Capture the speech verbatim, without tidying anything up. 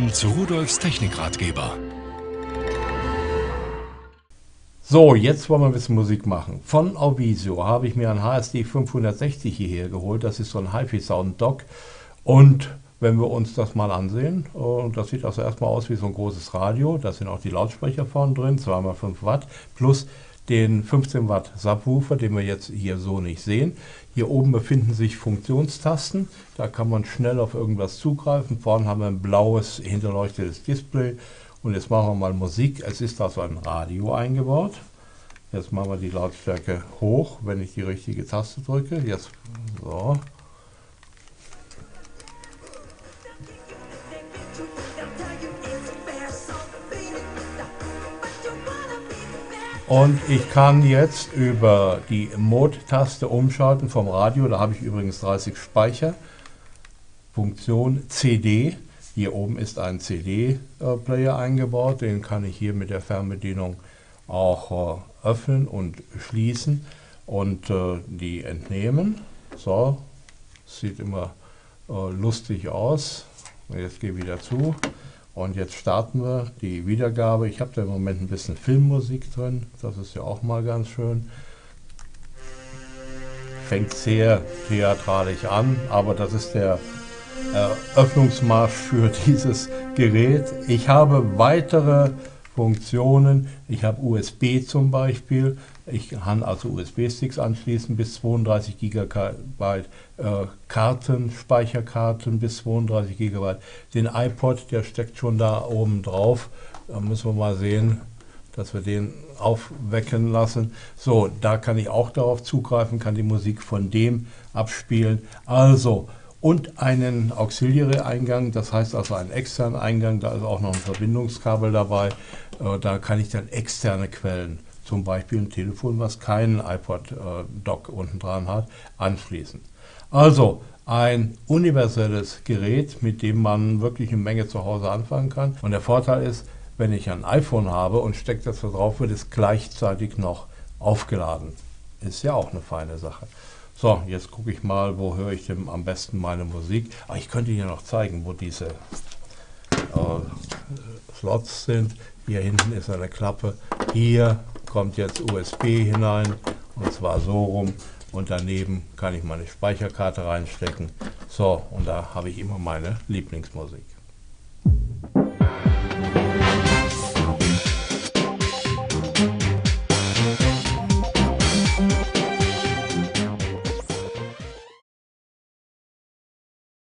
Willkommen zu Rudolfs Technikratgeber. So, jetzt wollen wir ein bisschen Musik machen. Von Auvisio habe ich mir ein H S D fünfhundertsechzig hierher geholt. Das ist so ein HiFi-Sound-Dock. Und wenn wir uns das mal ansehen, das sieht also erstmal aus wie so ein großes Radio. Da sind auch die Lautsprecher vorne drin, zwei mal fünf Watt, plus den fünfzehn Watt Subwoofer, den wir jetzt hier so nicht sehen. Hier oben befinden sich Funktionstasten. Da kann man schnell auf irgendwas zugreifen. Vorne haben wir ein blaues, hinterleuchtetes Display. Und jetzt machen wir mal Musik. Es ist also ein Radio eingebaut. Jetzt machen wir die Lautstärke hoch, wenn ich die richtige Taste drücke. Jetzt so. Und ich kann jetzt über die Mode-Taste umschalten vom Radio. Da habe ich übrigens dreißig Speicher. Funktion C D. Hier oben ist ein C D-Player eingebaut. Den kann ich hier mit der Fernbedienung auch äh, öffnen und schließen und äh, die entnehmen. So, sieht immer äh, lustig aus. Jetzt gehe ich wieder zu. Und jetzt starten wir die Wiedergabe. Ich habe da im Moment ein bisschen Filmmusik drin. Das ist ja auch mal ganz schön. Fängt sehr theatralisch an, aber das ist der Eröffnungsmarsch für dieses Gerät. Ich habe weitere Funktionen. Ich habe U S B zum Beispiel. Ich kann also U S B-Sticks anschließen bis zweiunddreißig Gigabyte, äh, Karten, Speicherkarten bis zweiunddreißig Gigabyte. Den iPod, der steckt schon da oben drauf. Da müssen wir mal sehen, dass wir den aufwecken lassen. So, da kann ich auch darauf zugreifen, kann die Musik von dem abspielen. Also, und einen Auxiliary-Eingang, das heißt also einen externen Eingang, da ist auch noch ein Verbindungskabel dabei. Äh, da kann ich dann externe Quellen, zum Beispiel ein Telefon, was keinen iPod-Dock unten dran hat, anschließen. Also ein universelles Gerät, mit dem man wirklich eine Menge zu Hause anfangen kann. Und der Vorteil ist, wenn ich ein iPhone habe und stecke das da drauf, wird es gleichzeitig noch aufgeladen. Ist ja auch eine feine Sache. So, jetzt gucke ich mal, wo höre ich denn am besten meine Musik. Ah, ich könnte hier noch zeigen, wo diese äh, Slots sind. Hier hinten ist eine Klappe. Hier kommt jetzt U S B hinein, und zwar so rum. Und daneben kann ich meine Speicherkarte reinstecken. So, und da habe ich immer meine Lieblingsmusik.